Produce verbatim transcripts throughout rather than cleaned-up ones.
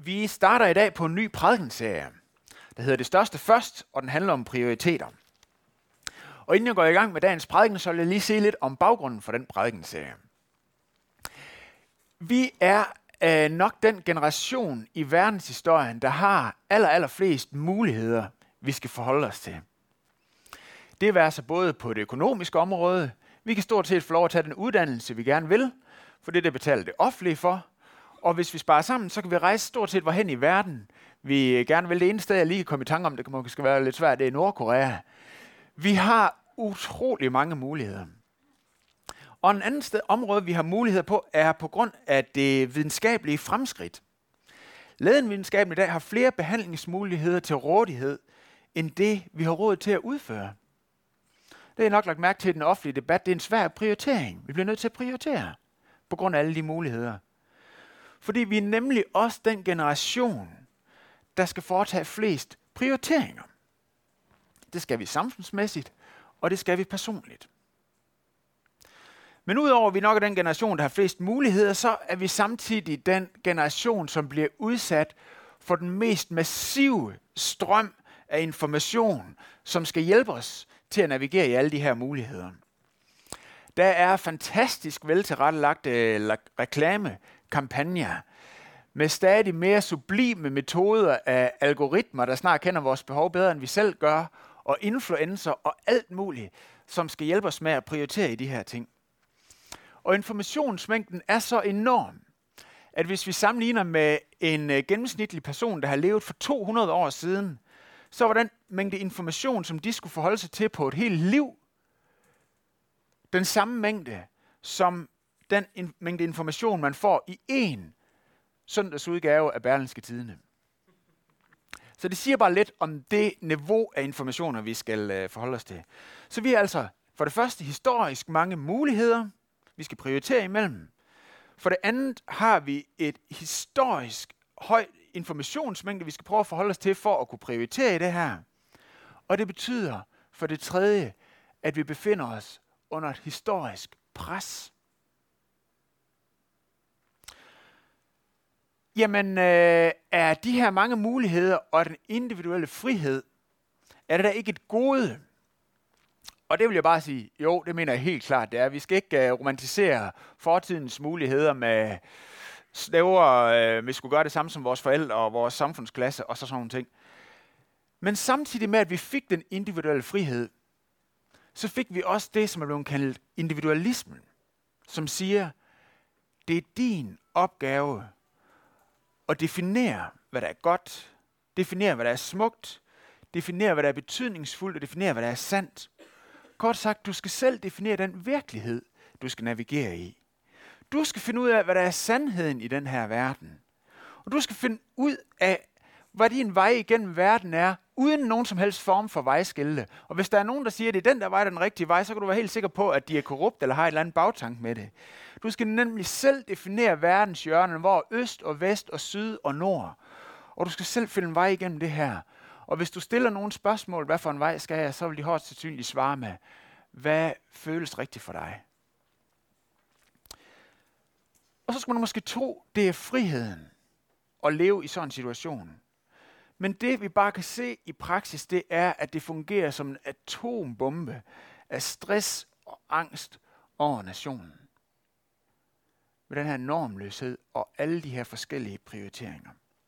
Vi starter i dag på en ny prædikenserie, der hedder Det Største Først, og den handler om prioriteter. Og inden jeg går i gang med dagens prædiken, så vil jeg lige se lidt om baggrunden for den prædikenserie. Vi er øh, nok den generation i verdenshistorien, der har aller, aller flest muligheder, vi skal forholde os til. Det vil altså både på det økonomiske område. Vi kan stort set få lov at tage den uddannelse, vi gerne vil, for det, det betaler det offentlige for. Og hvis vi sparer sammen, så kan vi rejse stort set hvorhen i verden. Vi gerne vil det ene sted, jeg lige kan komme i tanke om, det kan måske være lidt svært, det er Nordkorea. Vi har utrolig mange muligheder. Og en anden sted, område, vi har muligheder på, er på grund af det videnskabelige fremskridt. Lægevidenskaben i dag har flere behandlingsmuligheder til rådighed, end det, vi har råd til at udføre. Det er nok lagt mærke til i den offentlige debat. Det er en svær prioritering. Vi bliver nødt til at prioritere på grund af alle de muligheder. Fordi vi er nemlig også den generation, der skal foretage flest prioriteringer. Det skal vi samfundsmæssigt, og det skal vi personligt. Men udover at vi nok er den generation, der har flest muligheder, så er vi samtidig den generation, som bliver udsat for den mest massive strøm af information, som skal hjælpe os til at navigere i alle de her muligheder. Der er fantastisk veltilrettelagte reklamekampagner med stadig mere sublime metoder af algoritmer, der snart kender vores behov bedre, end vi selv gør, og influencer og alt muligt, som skal hjælpe os med at prioritere i de her ting. Og informationsmængden er så enorm, at hvis vi sammenligner med en uh, gennemsnitlig person, der har levet for to hundrede år siden, så var den mængde information, som de skulle forholde sig til på et helt liv, den samme mængde som den in- mængde information, man får i én søndagsudgave af Berlingske Tidende. Så det siger bare lidt om det niveau af informationer, vi skal øh, forholde os til. Så vi har altså for det første historisk mange muligheder, vi skal prioritere imellem. For det andet har vi et historisk højt informationsmængde, vi skal prøve at forholde os til for at kunne prioritere i det her. Og det betyder for det tredje, at vi befinder os under et historisk pres. Jamen, øh, er de her mange muligheder og den individuelle frihed, er det da ikke et gode? Og det vil jeg bare sige, jo, det mener jeg helt klart, det er. Vi skal ikke uh, romantisere fortidens muligheder med snævre, uh, vi skulle gøre det samme som vores forældre og vores samfundsklasse og så sådan nogle ting. Men samtidig med, at vi fik den individuelle frihed, så fik vi også det, som er blevet kaldt individualismen, som siger, det er din opgave at definere, hvad der er godt, definere, hvad der er smukt, definere, hvad der er betydningsfuldt, og definere, hvad der er sandt. Kort sagt, du skal selv definere den virkelighed, du skal navigere i. Du skal finde ud af, hvad der er sandheden i den her verden. Og du skal finde ud af, hvad din vej igennem verden er, uden nogen som helst form for vejskilte. Og hvis der er nogen, der siger, at det er den der vej, der er den rigtige vej, så kan du være helt sikker på, at de er korrupt eller har et eller andet bagtank med det. Du skal nemlig selv definere verdens hjørner, hvor øst og vest og syd og nord. Og du skal selv finde en vej igennem det her. Og hvis du stiller nogle spørgsmål, hvad for en vej skal jeg, så vil de højst sandsynligt svare med, hvad føles rigtigt for dig? Og så skal man måske tro, det er friheden at leve i sådan en situation. Men det vi bare kan se i praksis, det er, at det fungerer som en atombombe af stress og angst over nationen. Med den her normløshed og alle de her forskellige prioriteringer.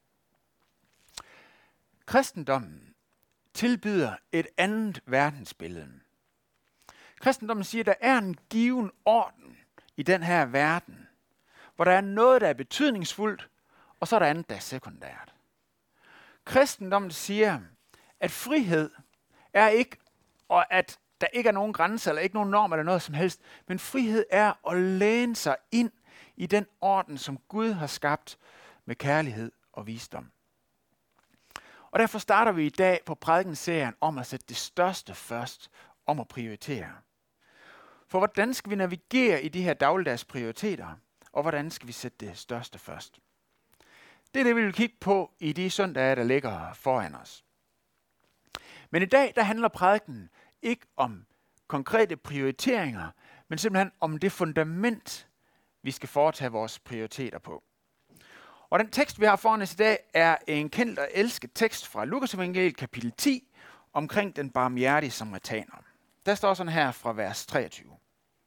Kristendommen tilbyder et andet verdensbillede. Kristendommen siger, at der er en given orden i den her verden, hvor der er noget, der er betydningsfuldt, og så er der andet, der er sekundært. Kristendommen siger, at frihed er ikke, og at der ikke er nogen grænser, eller ikke nogen norm, eller noget som helst, men frihed er at læne sig ind i den orden, som Gud har skabt med kærlighed og visdom. Og derfor starter vi i dag på prædikenserien om at sætte det største først, om at prioritere. For hvordan skal vi navigere i de her dagligdags prioriteter, og hvordan skal vi sætte det største først? Det er det, vi vil kigge på i de søndage, der ligger foran os. Men i dag, der handler prædiken ikke om konkrete prioriteringer, men simpelthen om det fundament, vi skal foretage vores prioriteter på. Og den tekst, vi har foran os i dag, er en kendt og elsket tekst fra Lukas evangeliet kapitel ti, omkring den barmhjertige samaritaner. Der står sådan her fra vers treogtyve.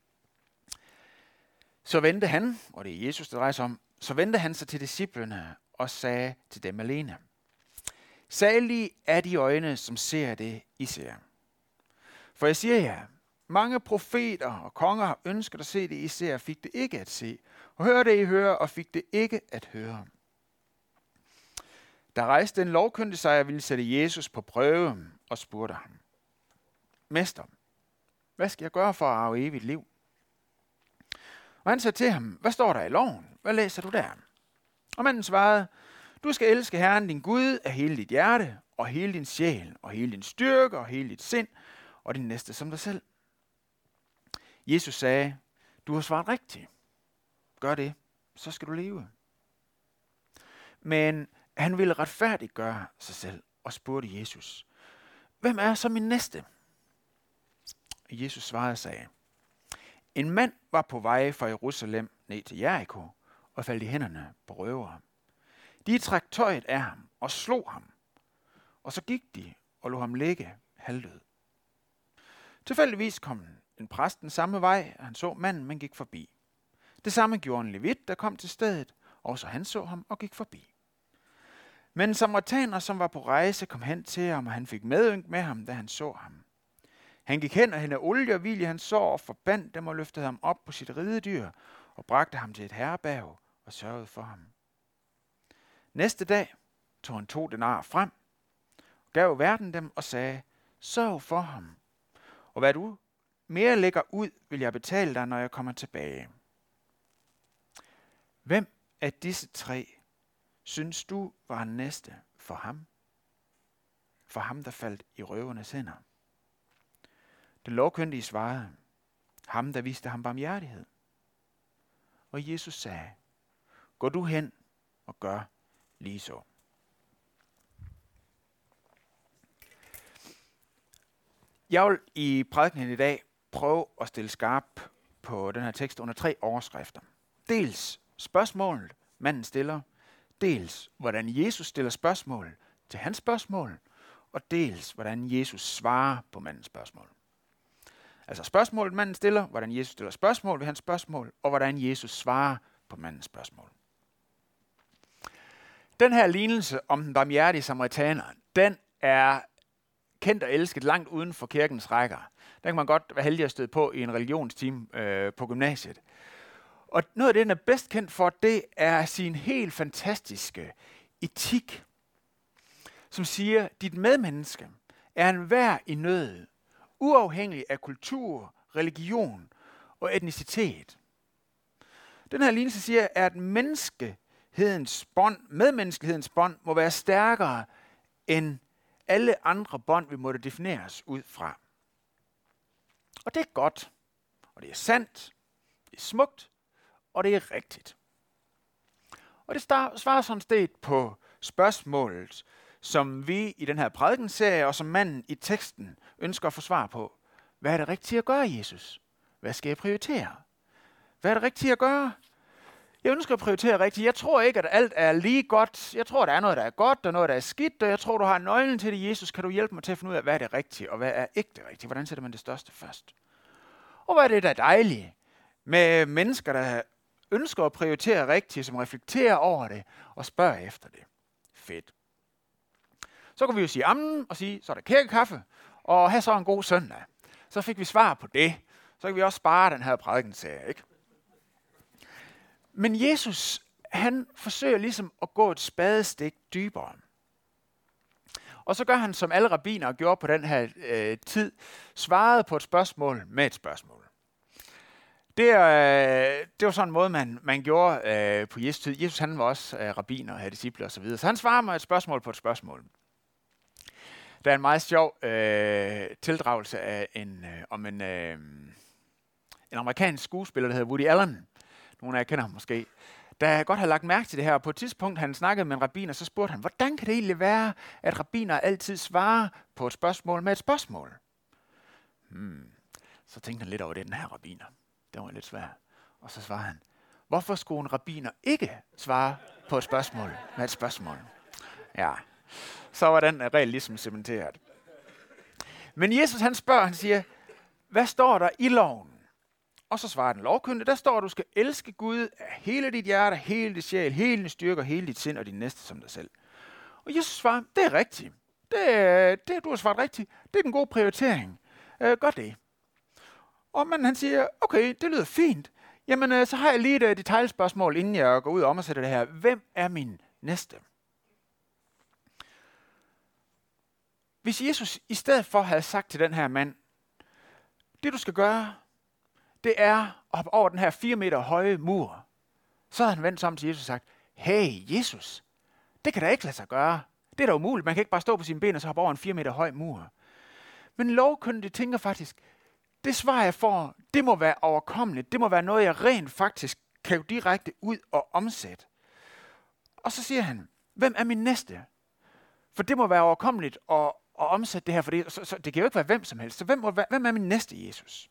Så vendte han, og det er Jesus, der drejer sig om, så vendte han sig til disciplene og sagde til dem alene: Salige er de øjne, som ser det, I ser. For jeg siger jer, mange profeter og konger har ønsket at se det, I ser, og fik det ikke at se, og høre det, I hører, og fik det ikke at høre. Der rejste en lovkyndig sig og ville sætte Jesus på prøve og spurgte ham: Mester, hvad skal jeg gøre for at arve evigt liv? Og han sagde til ham: Hvad står der i loven? Hvad læser du der? Og manden svarede: Du skal elske Herren din Gud af hele dit hjerte, og hele din sjæl, og hele din styrke, og hele dit sind, og din næste som dig selv. Jesus sagde: Du har svaret rigtigt. Gør det, så skal du leve. Men han ville retfærdiggøre sig selv og spurgte Jesus: Hvem er så min næste? Jesus svarede og sagde: En mand var på vej fra Jerusalem ned til Jericho og faldt i hænderne på røvere. De trak tøjet af ham og slog ham, og så gik de og lod ham ligge halvdød. Tilfældigvis kom en præst den samme vej, og han så manden, men gik forbi. Det samme gjorde en levit, der kom til stedet, og så han så ham og gik forbi. Men en samaritaner, som var på rejse, kom hen til ham, og han fik medynk med ham, da han så ham. Han gik hen og hældte olie og hvil i hans sår og forbandt dem og løftede ham op på sit ridedyr og bragte ham til et herberg og sørgede for ham. Næste dag tog han to denarer frem, gav verden dem og sagde: Sørg for ham, og hvad du mere lægger ud, vil jeg betale dig, når jeg kommer tilbage. Hvem af disse tre synes du var næste for ham? For ham, der faldt i røvernes hænder. Den lovkyndige svarede: Ham, der viste ham barmhjertighed. Og Jesus sagde: Gå du hen og gør lige så. Jeg vil i prædikenen i dag prøve at stille skarp på den her tekst under tre overskrifter. Dels spørgsmålet, manden stiller. Dels hvordan Jesus stiller spørgsmål til hans spørgsmål. Og dels hvordan Jesus svarer på mandens spørgsmål. Altså spørgsmålet, manden stiller, hvordan Jesus stiller spørgsmål ved hans spørgsmål, og hvordan Jesus svarer på mandens spørgsmål. Den her lignelse om den barmhjertige samaritaner, den er kendt og elsket langt uden for kirkens rækker. Den kan man godt være heldig at støde på i en religionstime øh, på gymnasiet. Og noget af det, den er bedst kendt for, det er sin helt fantastiske etik, som siger, dit medmenneske er enhver i nød, uafhængig af kultur, religion og etnicitet. Den her lignelse siger, at menneskehedens bånd, medmenneskelighedens bånd, må være stærkere end alle andre bånd, vi måtte defineres ud fra. Og det er godt, og det er sandt, det er smukt, og det er rigtigt. Og det svarer sådan set på spørgsmålet, som vi i den her prædikenserie, og som manden i teksten ønsker at få svar på. Hvad er det rigtigt at gøre, Jesus? Hvad skal jeg prioritere? Hvad er det rigtigt at gøre? Jeg ønsker at prioritere rigtigt. Jeg tror ikke, at alt er lige godt. Jeg tror, der er noget, der er godt, og noget, der er skidt, og jeg tror, du har nøglen til det, Jesus. Kan du hjælpe mig til at finde ud af, hvad er det rigtige, og hvad er ikke det rigtige? Hvordan sætter man det største først? Og hvad er det, der er dejligt med mennesker, der ønsker at prioritere rigtigt, som reflekterer over det og spørger efter det? Fedt. Så kan vi jo sige amen og sige, så er der kirkekaffe, og have så en god søndag. Så fik vi svar på det. Så kan vi også spare den her prædikenserie, ikke? Men Jesus, han forsøger ligesom at gå et spadestik dybere. Og så gør han, som alle rabbinere gjorde på den her øh, tid, svarede på et spørgsmål med et spørgsmål. Det, øh, det var sådan en måde, man, man gjorde øh, på Jesu tid. Jesus, han var også øh, rabbiner og havde disciple osv. Så, videre. så han svarer med et spørgsmål på et spørgsmål. Der er en meget sjov øh, tildragelse af en, øh, om en, øh, en amerikansk skuespiller, der hedder Woody Allen. Nogle af jer kender ham måske. Der godt har lagt mærke til det her. På et tidspunkt, han snakkede med en rabbiner, så spurgte han, hvordan kan det egentlig være, at rabbiner altid svarer på et spørgsmål med et spørgsmål? Hmm. Så tænkte han lidt over det, den her rabbiner. Det var lidt svært. Og så svarede han, Hvorfor skulle en rabbiner ikke svare på et spørgsmål med et spørgsmål? Ja, så var den regel ligesom cementeret. Men Jesus han spørger, han siger, hvad står der i loven? Og så svarer den lovkyndige, der står, at du skal elske Gud af hele dit hjerte, hele dit sjæl, hele din styrke og hele dit sind og din næste som dig selv. Og Jesus svarer, det er rigtigt. Det, er, det du har svaret rigtigt. Det er den gode prioritering. Øh, gør det. Og man han siger, okay, det lyder fint. Jamen, øh, så har jeg lige et uh, detaljspørgsmål, inden jeg går ud og omsætter det her. Hvem er min næste? Hvis Jesus i stedet for havde sagt til den her mand, det du skal gøre, det er at hoppe over den her fire meter høje mur. Så havde han vendt sig om til Jesus og sagt, hey Jesus, det kan da ikke lade sig gøre. Det er da umuligt. Man kan ikke bare stå på sine ben og så hoppe over en fire meter høj mur. Men lovkyndige tænker faktisk, det svar jeg får, det må være overkommeligt. Det må være noget, jeg rent faktisk kan gå direkte ud og omsætte. Og så siger han, hvem er min næste? For det må være overkommeligt at, at omsætte det her, for det, så, så, det kan jo ikke være hvem som helst. Så hvem, må være, hvem er min næste Jesus?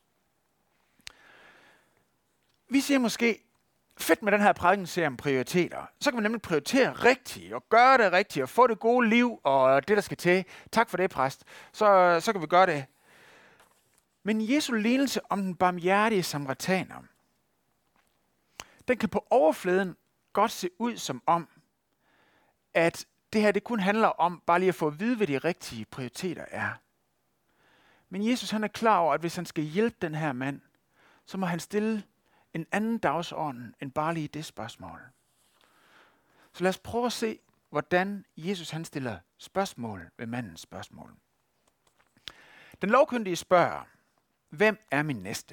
Vi siger måske, fedt med den her prædikenserie om prioriteter. Så kan vi nemlig prioritere rigtigt, og gøre det rigtigt, og få det gode liv, og det, der skal til. Tak for det, præst. Så, så kan vi gøre det. Men Jesu lignelse om den barmhjertige samaritaner, den kan på overfladen godt se ud som om, at det her det kun handler om bare lige at få at vide, hvad de rigtige prioriteter er. Men Jesus han er klar over, at hvis han skal hjælpe den her mand, så må han stille en anden dagsorden end bare lige det spørgsmål. Så lad os prøve at se, hvordan Jesus han stiller spørgsmål ved mandens spørgsmål. Den lovkyndige spørger, hvem er min næste?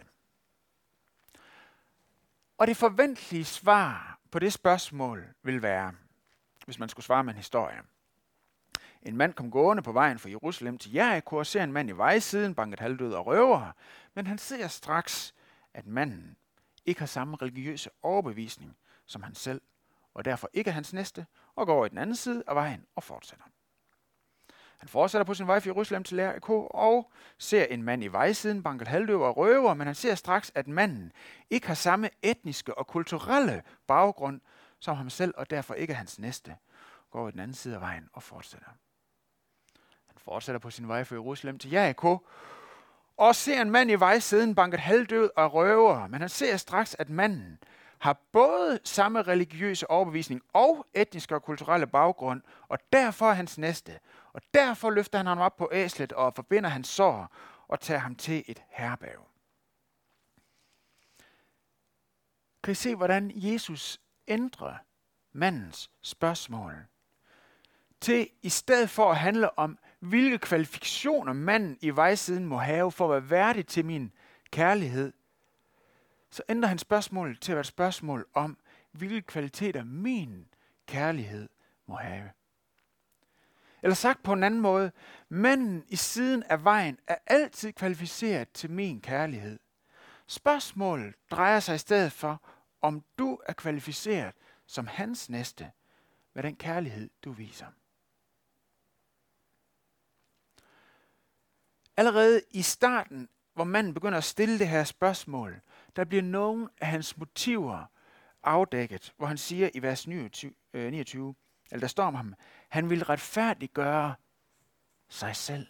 Og det forventelige svar på det spørgsmål vil være, hvis man skulle svare med en historie. En mand kom gående på vejen fra Jerusalem til Jericho og ser en mand i vejsiden, banket halvdød og røver, men han ser straks, at manden ikke har samme religiøse overbevisning som han selv, og derfor ikke er hans næste, og går over i den anden side af vejen og fortsætter. Han fortsætter på sin vej fra Jerusalem til Jericho og ser en mand i vejsiden, banket halvdøv og røver, men han ser straks, at manden ikke har samme etniske og kulturelle baggrund som ham selv, og derfor ikke er hans næste, går over i den anden side af vejen og fortsætter. Han fortsætter på sin vej fra Jerusalem til Jericho og ser en mand i vejsiden, banket halvdød og røver, men han ser straks, at manden har både samme religiøse overbevisning og etniske og kulturelle baggrund, og derfor er hans næste. Og derfor løfter han ham op på æslet og forbinder hans sår og tager ham til et herberg. Kan I se, hvordan Jesus ændrer mandens spørgsmål til, i stedet for at handle om, hvilke kvalifikationer manden i vejsiden må have for at være værdig til min kærlighed, så ændrer han spørgsmålet til at være et spørgsmål om, hvilke kvaliteter min kærlighed må have. Eller sagt på en anden måde, manden i siden af vejen er altid kvalificeret til min kærlighed. Spørgsmålet drejer sig i stedet for, om du er kvalificeret som hans næste med den kærlighed, du viser. Allerede i starten, hvor manden begynder at stille det her spørgsmål, der bliver nogle af hans motiver afdækket, hvor han siger i vers niogtyve, eller der står om ham, han vil retfærdiggøre sig selv.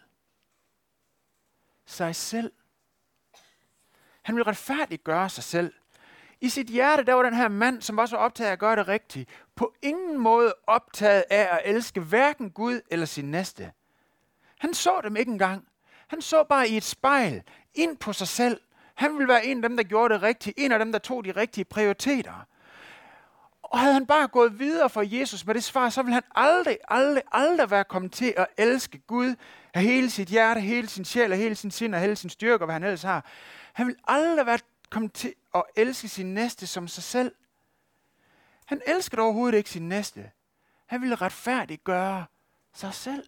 Sig selv. Han vil retfærdiggøre sig selv. I sit hjerte, der var den her mand, som var så optaget af at gøre det rigtigt, på ingen måde optaget af at elske hverken Gud eller sin næste. Han så dem ikke engang. Han så bare i et spejl, ind på sig selv. Han ville være en af dem, der gjorde det rigtigt. En af dem, der tog de rigtige prioriteter. Og havde han bare gået videre for Jesus med det svar, så ville han aldrig, aldrig, aldrig være kommet til at elske Gud af hele sit hjerte, hele sin sjæl, og hele sin sind og hele sin styrke, og hvad han ellers har. Han ville aldrig være kommet til at elske sin næste som sig selv. Han elskede overhovedet ikke sin næste. Han ville retfærdiggøre sig selv.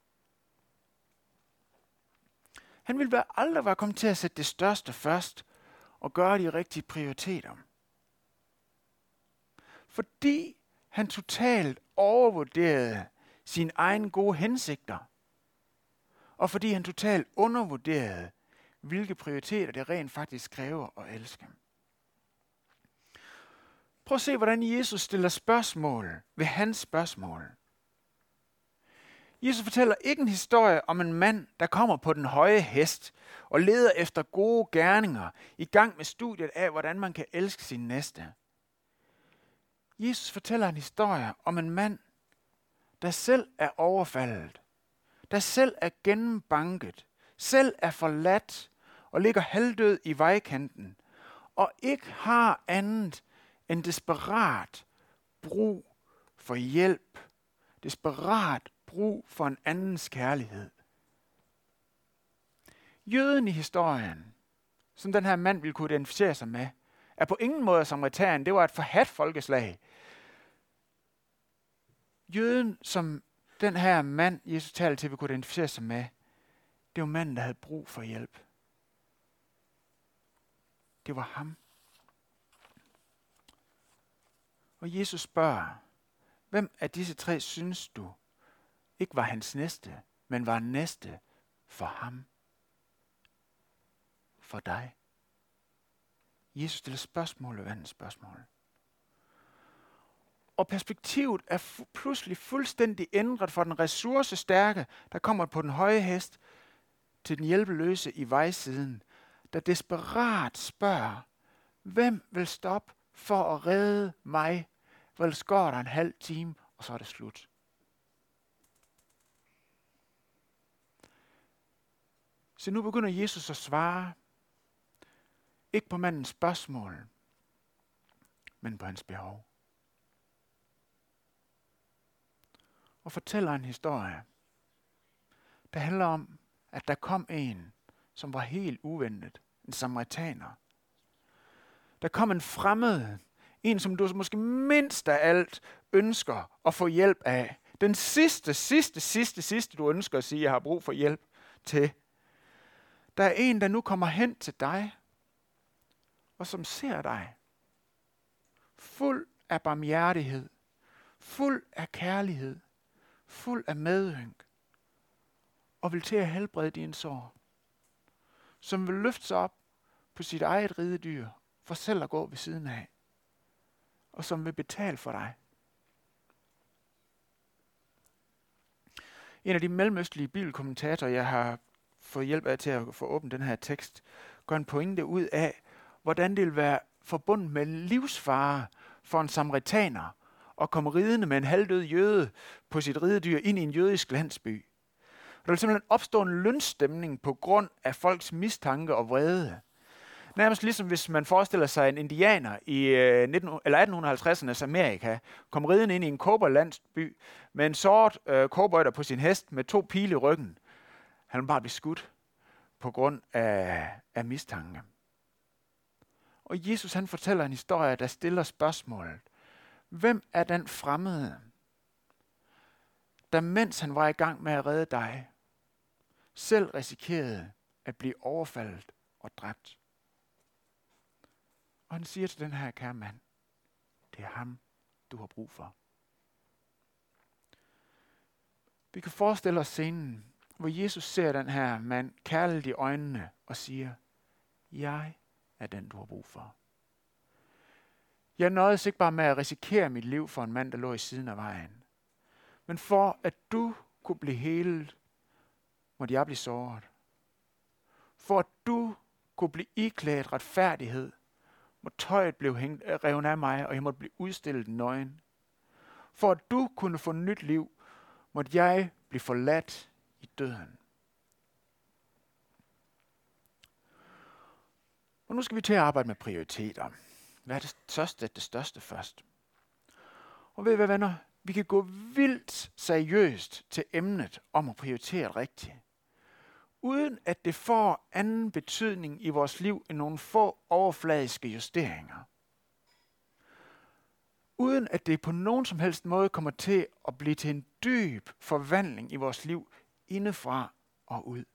Han ville aldrig være kommet til at sætte det største først og gøre de rigtige prioriteter. Fordi han totalt overvurderede sine egne gode hensigter, og fordi han totalt undervurderede, hvilke prioriteter det rent faktisk kræver at elske. Prøv at se, hvordan Jesus stiller spørgsmål ved hans spørgsmål. Jesus fortæller ikke en historie om en mand, der kommer på den høje hest og leder efter gode gerninger i gang med studiet af, hvordan man kan elske sin næste. Jesus fortæller en historie om en mand, der selv er overfaldet, der selv er gennembanket, selv er forladt og ligger halvdød i vejkanten og ikke har andet end desperat brug for hjælp, desperat brug for en andens kærlighed. Jøden i historien, som den her mand ville kunne identificere sig med, er på ingen måde samaritan. Det var et forhadt folkeslag. Jøden, som den her mand, Jesus talte til, vi kunne identificere sig med, det var manden, der havde brug for hjælp. Det var ham. Og Jesus spørger, hvem af disse tre synes du ikke var hans næste, men var næste for ham? For dig. Jesus stiller spørgsmål ved andet spørgsmål. Og perspektivet er fu- pludselig fuldstændig ændret fra den ressourcestærke, der kommer på den høje hest, til den hjælpeløse i vejsiden, der desperat spørger, hvem vil stoppe for at redde mig? Vel går der en halv time, og så er det slut. Så nu begynder Jesus at svare, ikke på mandens spørgsmål, men på hans behov. Og fortæller en historie, der handler om, at der kom en, som var helt uventet, en samaritaner. Der kom en fremmed, en som du måske mindst af alt ønsker at få hjælp af. Den sidste, sidste, sidste, sidste du ønsker at sige, jeg har brug for hjælp til. Der er en, der nu kommer hen til dig, og som ser dig. Fuld af barmhjertighed, fuld af kærlighed, fuld af medynk, og vil til at helbrede dine sår. Som vil løfte sig op på sit eget ridedyr, for selv at gå ved siden af. Og som vil betale for dig. En af de mellemøstlige bibelkommentatorer, jeg har fået hjælp af til at få åbnet den her tekst, gør en pointe ud af, hvordan det vil være forbundet med livsfare for en samaritaner at komme ridende med en halvdød jøde på sit ridedyr ind i en jødisk landsby. Der vil simpelthen opstå en lynchstemning på grund af folks mistanke og vrede. Nærmest ligesom hvis man forestiller sig en indianer i nitten, eller atten halvtredsernes Amerika, kom ridende ind i en cowboylandsby med en sort øh, cowboyder på sin hest med to pile i ryggen. Han vil bare blive skudt på grund af, af mistanke. Og Jesus han fortæller en historie, der stiller spørgsmålet. Hvem er den fremmede, der mens han var i gang med at redde dig, selv risikerede at blive overfaldet og dræbt? Og han siger til den her kære mand, det er ham, du har brug for. Vi kan forestille os scenen, hvor Jesus ser den her mand kærligt i øjnene og siger, jeg er den, du har brug for. Jeg nøjedes ikke bare med at risikere mit liv for en mand, der lå i siden af vejen. Men for at du kunne blive helet, måtte jeg blive såret. For at du kunne blive iklædt retfærdighed, må tøjet blive hængt, revet af mig, og jeg måtte blive udstillet nøgen. For at du kunne få nyt liv, måtte jeg blive forladt i døden. Og nu skal vi til at arbejde med prioriteter. Hvad er det største, det største først? Og ved I hvad, venner? Vi kan gå vildt seriøst til emnet om at prioritere rigtigt. Uden at det får anden betydning i vores liv end nogle få overfladiske justeringer. Uden at det på nogen som helst måde kommer til at blive til en dyb forvandling i vores liv indefra og ud.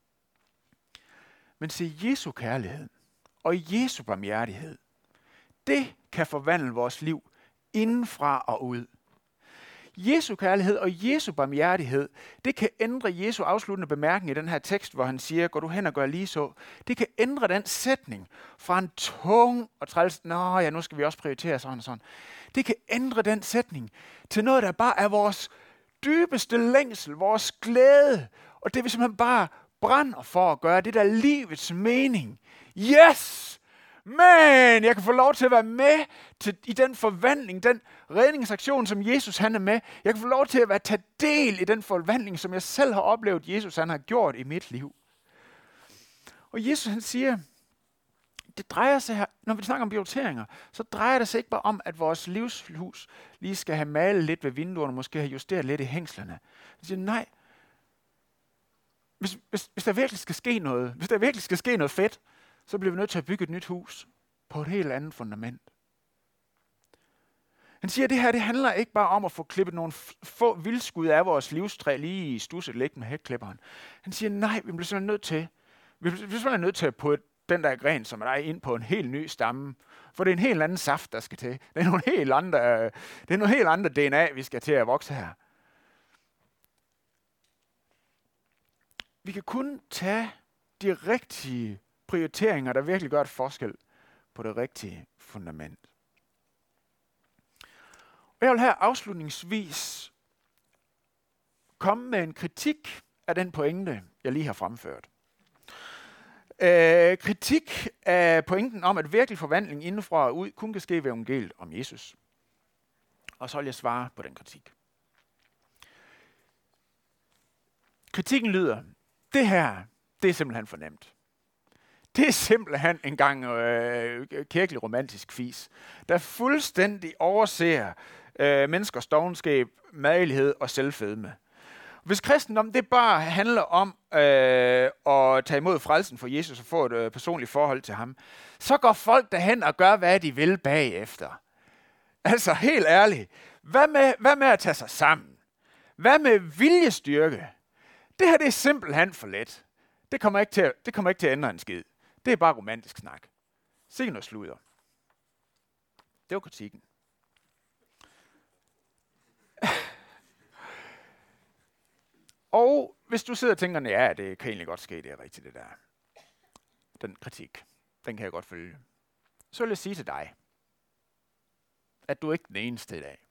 Men se, Jesu kærlighed og Jesu barmhjertighed, det kan forvandle vores liv indenfra og ud. Jesu kærlighed og Jesu barmhjertighed, det kan ændre Jesu afsluttende bemærkning i den her tekst, hvor han siger, gå du hen og gør lige så. Det kan ændre den sætning fra en tung og træls, nå ja, nu skal vi også prioritere sådan og sådan. Det kan ændre den sætning til noget, der bare er vores dybeste længsel, vores glæde, og det vi simpelthen bare brænder for at gøre, det der er livets mening. Yes! Men jeg kan få lov til at være med til, i den forvandling, den redningsaktion, som Jesus han er med. Jeg kan få lov til at være tage del i den forvandling, som jeg selv har oplevet, Jesus han har gjort i mit liv. Og Jesus han siger, det drejer sig her, når vi snakker om prioriteringer, så drejer det sig ikke bare om, at vores livshus lige skal have malet lidt ved vinduerne, måske have justeret lidt i hængslerne. Han siger, nej, hvis, hvis, hvis der virkelig skal ske noget, hvis der virkelig skal ske noget fedt, så bliver vi nødt til at bygge et nyt hus på et helt andet fundament. Han siger, at det her det handler ikke bare om at få klippet nogle få vildskud af vores livstræ lige i stusset læg med hækklipperen. Han siger, nej, vi bliver simpelthen nødt til, vi bliver simpelthen nødt til at putte den der gren, som er der ind på en helt ny stamme. For det er en helt anden saft, der skal til. Det er nogle helt andre, det er nogle helt andre D N A, vi skal til at vokse her. Vi kan kun tage de rigtige prioriteringer, der virkelig gør et forskel på det rigtige fundament. Og jeg vil her afslutningsvis komme med en kritik af den pointe, jeg lige har fremført. Øh, kritik af pointen om, at virkelig forvandling indenfra og ud kun kan ske ved evangeliet om Jesus. Og så vil jeg svare på den kritik. Kritikken lyder, det her, det er simpelthen for nemt. Det er simpelthen en gang øh, kirkelig romantisk fis, der fuldstændig overser øh, menneskers dovenskab, magelighed og selvfedme. Hvis kristendom det bare handler om øh, at tage imod frelsen for Jesus og få et øh, personligt forhold til ham, så går folk derhen og gør, hvad de vil bagefter. Altså helt ærligt, hvad med, hvad med at tage sig sammen? Hvad med viljestyrke? Det her det er simpelthen for let. Det kommer ikke til at, det kommer ikke til at ændre en skid. Det er bare romantisk snak. Se noget sludder. Det var kritikken. Og hvis du sidder og tænker, ja, det kan egentlig godt ske, det er rigtigt det der. Den kritik, den kan jeg godt følge. Så vil jeg sige til dig, at du ikke er den eneste i dag.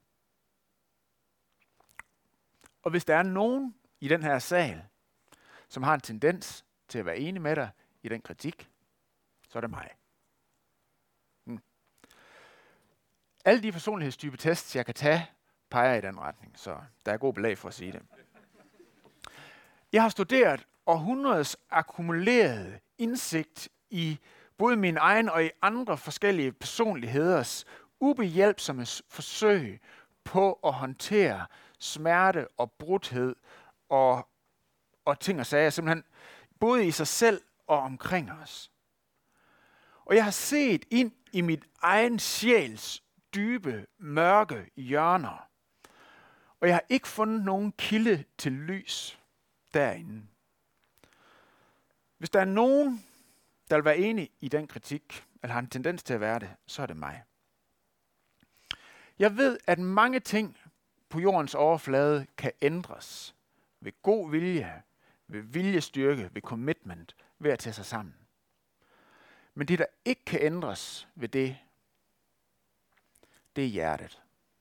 Og hvis der er nogen i den her sal, som har en tendens til at være enig med dig i den kritik, så er det mig. Hmm. Alle de personlighedstype tests, jeg kan tage, peger i den retning, så der er god belæg for at sige det. Jeg har studeret århundredets akkumulerede indsigt i både min egen og i andre forskellige personligheders ubehjælpsomme forsøg på at håndtere smerte og brudhed og, og ting og sager, simpelthen både i sig selv og omkring os. Og jeg har set ind i mit egen sjæls dybe, mørke hjørner, og jeg har ikke fundet nogen kilde til lys derinde. Hvis der er nogen, der vil være enig i den kritik, eller har en tendens til at være det, så er det mig. Jeg ved, at mange ting på jordens overflade kan ændres ved god vilje, ved viljestyrke, ved commitment, ved at tage sig sammen. Men det, der ikke kan ændres ved det, det er hjertet.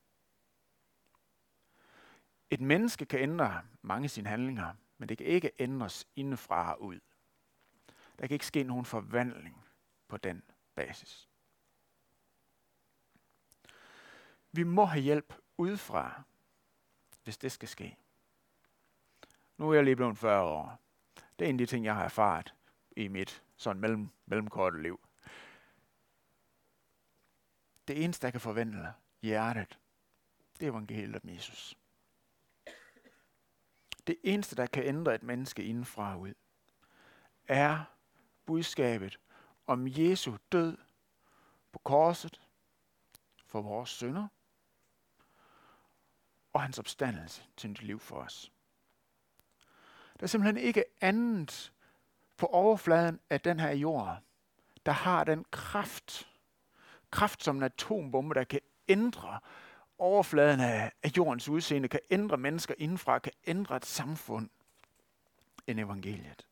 Et menneske kan ændre mange af sine handlinger, men det kan ikke ændres indefra og ud. Der kan ikke ske nogen forvandling på den basis. Vi må have hjælp udefra, hvis det skal ske. Nu er jeg lige blevet fyrre år. Det er en af de ting, jeg har erfaret i mit sådan mellem, mellemkorte liv. Det eneste, der kan forvandle hjertet, det er evangeliet om Jesus. Det eneste, der kan ændre et menneske indenfra og ud, er budskabet om Jesu død på korset for vores synder, og hans opstandelse til nyt liv for os. Der er simpelthen ikke andet på overfladen af den her jord, der har den kraft, kraft som en atombombe, der kan ændre overfladen af, af jordens udseende, kan ændre mennesker indenfra, kan ændre et samfund end evangeliet.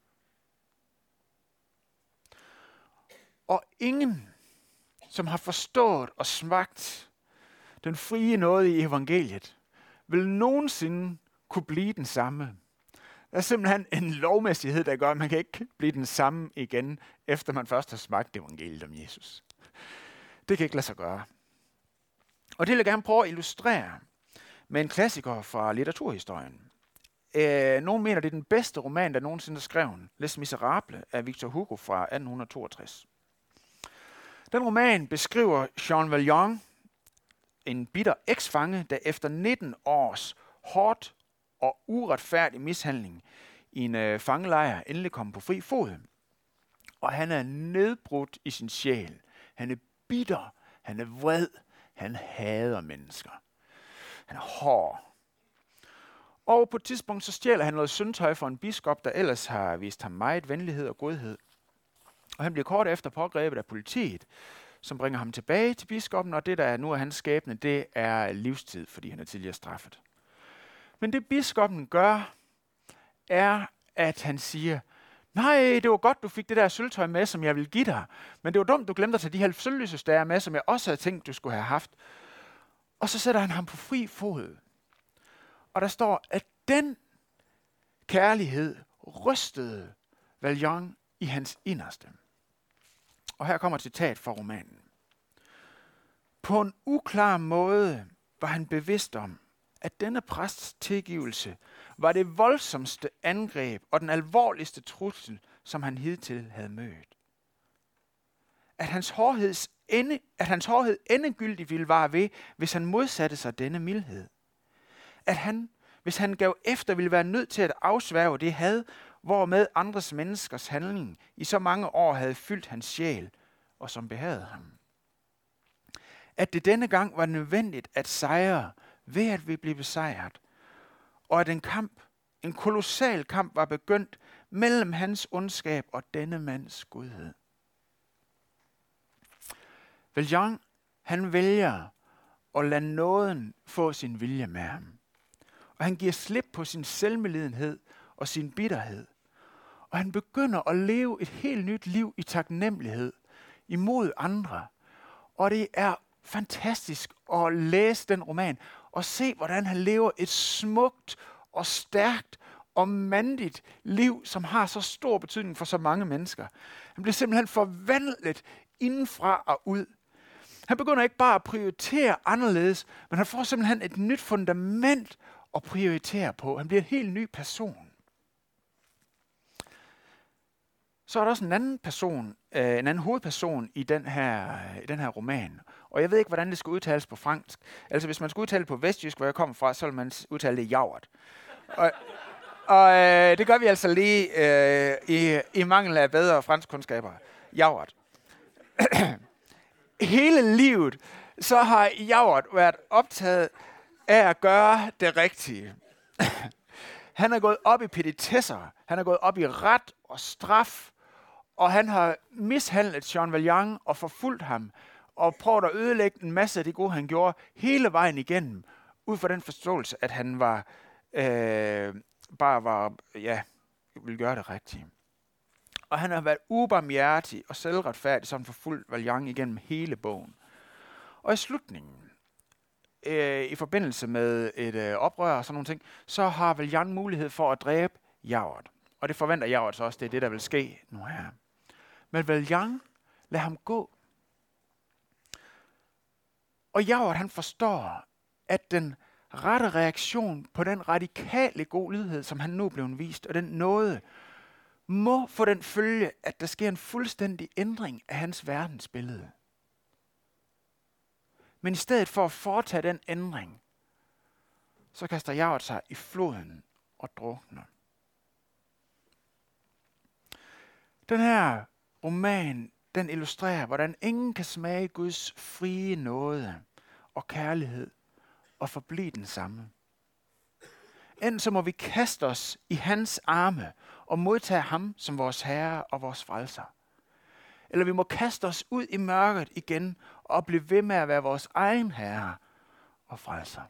Og ingen, som har forstået og smagt den frie nåde i evangeliet, vil nogensinde kunne blive den samme. Der er simpelthen en lovmæssighed, der gør, at man kan ikke blive den samme igen, efter man først har smagt evangeliet om Jesus. Det kan ikke lade sig gøre. Og det vil jeg gerne prøve at illustrere med en klassiker fra litteraturhistorien. Øh, nogle mener, det er den bedste roman, der nogensinde er skrevet. Les Misérables af Victor Hugo fra atten toogtres. Den roman beskriver Jean Valjean, en bitter eksfange, der efter nitten års hårdt og uretfærdig mishandling i en øh, fangelejr endelig kommer på fri fod. Og han er nedbrudt i sin sjæl. Han er bitter, han er vred, han hader mennesker. Han er hård. Og på et tidspunkt så stjæler han noget sølvtøj fra en biskop, der ellers har vist ham meget venlighed og godhed. Og han bliver kort efter pågrebet af politiet, som bringer ham tilbage til biskoppen, og det der nu er hans skæbne, det er livstid, fordi han er tidligere straffet. Men det biskoppen gør, er, at han siger, nej, det var godt, du fik det der sølvtøj med, som jeg ville give dig, men det var dumt, du glemte at tage de her sølvlysestager med, som jeg også havde tænkt, du skulle have haft. Og så sætter han ham på fri fod. Og der står, at den kærlighed rystede Valjean i hans inderste. Og her kommer et citat fra romanen. På en uklar måde var han bevidst om, at denne præsts tilgivelse var det voldsomste angreb og den alvorligste trussel, som han hidtil havde mødt. At hans, hårdheds ende, at hans hårdhed endegyldigt ville vare ved, hvis han modsatte sig denne mildhed. At han, hvis han gav efter, ville være nødt til at afsværge det had, hvormed andres menneskers handling i så mange år havde fyldt hans sjæl, og som behagede ham. At det denne gang var nødvendigt at sejre, ved at vi blev besejret, og at en kamp, en kolossal kamp var begyndt mellem hans ondskab og denne mands godhed. Valjean, han vælger at lade nåden få sin vilje med ham. Og han giver slip på sin selvmedlidenhed og sin bitterhed. Og han begynder at leve et helt nyt liv i taknemmelighed imod andre. Og det er fantastisk at læse den roman og se, hvordan han lever et smukt og stærkt og mandigt liv, som har så stor betydning for så mange mennesker. Han bliver simpelthen forvandlet indenfra og ud. Han begynder ikke bare at prioritere anderledes, men han får simpelthen et nyt fundament at prioritere på. Han bliver en helt ny person. Så er der også en anden person, øh, en anden hovedperson i den her, i den her roman. Og jeg ved ikke, hvordan det skal udtales på fransk. Altså, hvis man skal udtale det på vestjysk, hvor jeg kommer fra, så vil man udtale det javret. Og, og øh, det gør vi altså lige øh, i, i mangel af bedre franskkundskaber. Javret. Hele livet, så har Javret været optaget af at gøre det rigtige. Han er gået op i petitesser, han er gået op i ret og straf, og han har mishandlet Jean Valjean og forfulgt ham, og prøvet at ødelægge en masse af det gode, han gjorde hele vejen igennem, ud fra den forståelse, at han var øh, bare var, ja, ville gøre det rigtige. Og han har været ubarmhjertig og selvretfærdig, som forfulgt Valjean igennem hele bogen. Og i slutningen, øh, i forbindelse med et øh, oprør og sådan nogle ting, så har Valjean mulighed for at dræbe Javret. Og det forventer Javret så også, det er det, der vil ske nu her. Men Valjean lader ham gå. Og Javret, han forstår, at den rette reaktion på den radikale godlydighed, som han nu blev vist, og den nåde, må få den følge, at der sker en fuldstændig ændring af hans verdensbillede. Men i stedet for at foretage den ændring, så kaster Javret sig i floden og drukner. Den her roman, den illustrerer, hvordan ingen kan smage Guds frie nåde og kærlighed og forblive den samme. Enten så må vi kaste os i hans arme og modtage ham som vores herre og vores frelser. Eller vi må kaste os ud i mørket igen og blive ved med at være vores egen herre og frelser.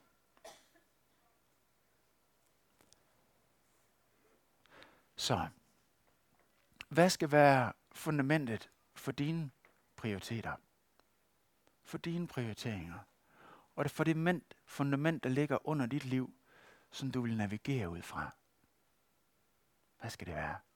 Så, hvad skal være fundamentet for dine prioriteter? For dine prioriteringer? Og det fundament, fundament, der ligger under dit liv, som du vil navigere ud fra. Hvad skal det være?